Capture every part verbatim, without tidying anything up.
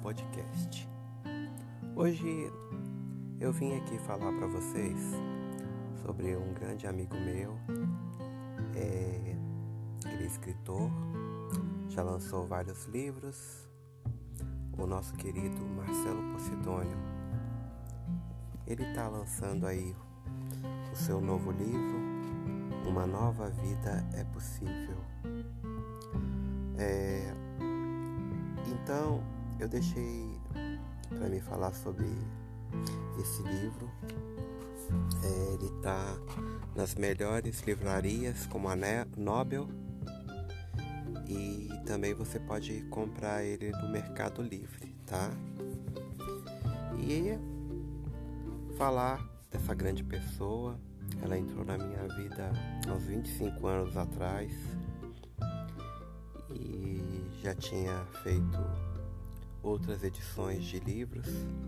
podcast. Hoje eu vim aqui falar para vocês sobre um grande amigo meu. É, ele é escritor, já lançou vários livros, o nosso querido Marcelo Posidônio. Ele está lançando aí o seu novo livro, Uma Nova Vida é Possível. É, então eu deixei para me falar sobre esse livro. É, ele está nas melhores livrarias como a Nobel, e também você pode comprar ele no Mercado Livre, tá? E falar dessa grande pessoa. Ela entrou na minha vida aos vinte e cinco anos atrás e já tinha feito outras edições de livros,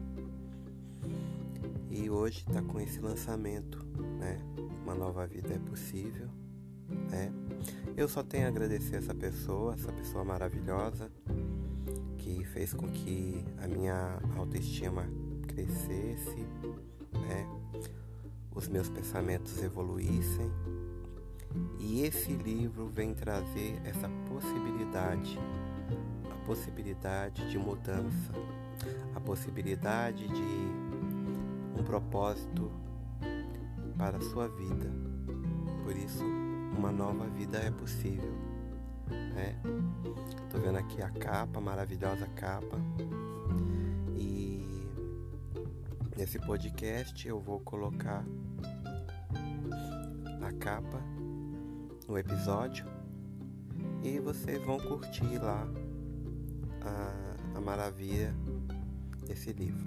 e hoje está com esse lançamento, né? Uma Nova Vida é Possível, né? Eu só tenho a agradecer essa pessoa, essa pessoa maravilhosa, que fez com que a minha autoestima crescesse, né? Os meus pensamentos evoluíssem, e esse livro vem trazer essa possibilidade, a possibilidade de mudança, a possibilidade de um propósito para a sua vida. Por isso, uma nova vida é possível, né? Tô vendo aqui a capa, a maravilhosa capa, e nesse podcast eu vou colocar a capa no episódio e vocês vão curtir lá a, a maravilha desse livro,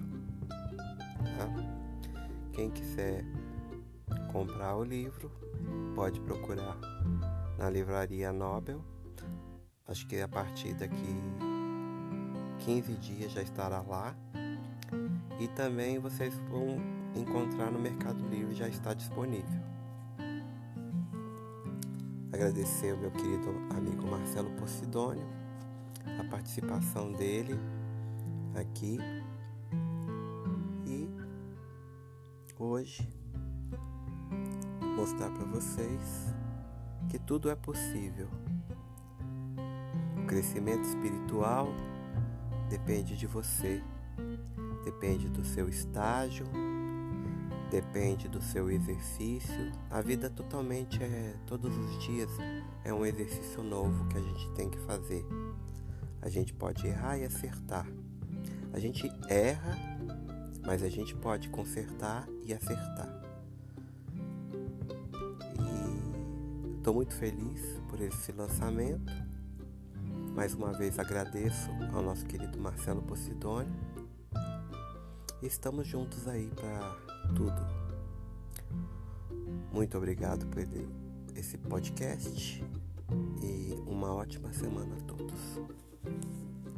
tá? Quem quiser comprar o livro pode procurar na livraria Nobel. Acho que a partir daqui quinze dias já estará lá. E também vocês vão encontrar no Mercado Livre, já está disponível. Agradecer ao meu querido amigo Marcelo Posidônio, a participação dele aqui. E hoje mostrar para vocês que tudo é possível. O crescimento espiritual depende de você. Depende do seu estágio, depende do seu exercício. A vida totalmente é, todos os dias, é um exercício novo que a gente tem que fazer. A gente pode errar e acertar. A gente erra, mas a gente pode consertar e acertar. E estou muito feliz por esse lançamento. Mais uma vez agradeço ao nosso querido Marcelo Posidônio. Estamos juntos aí para tudo. Muito obrigado por esse podcast e uma ótima semana a todos.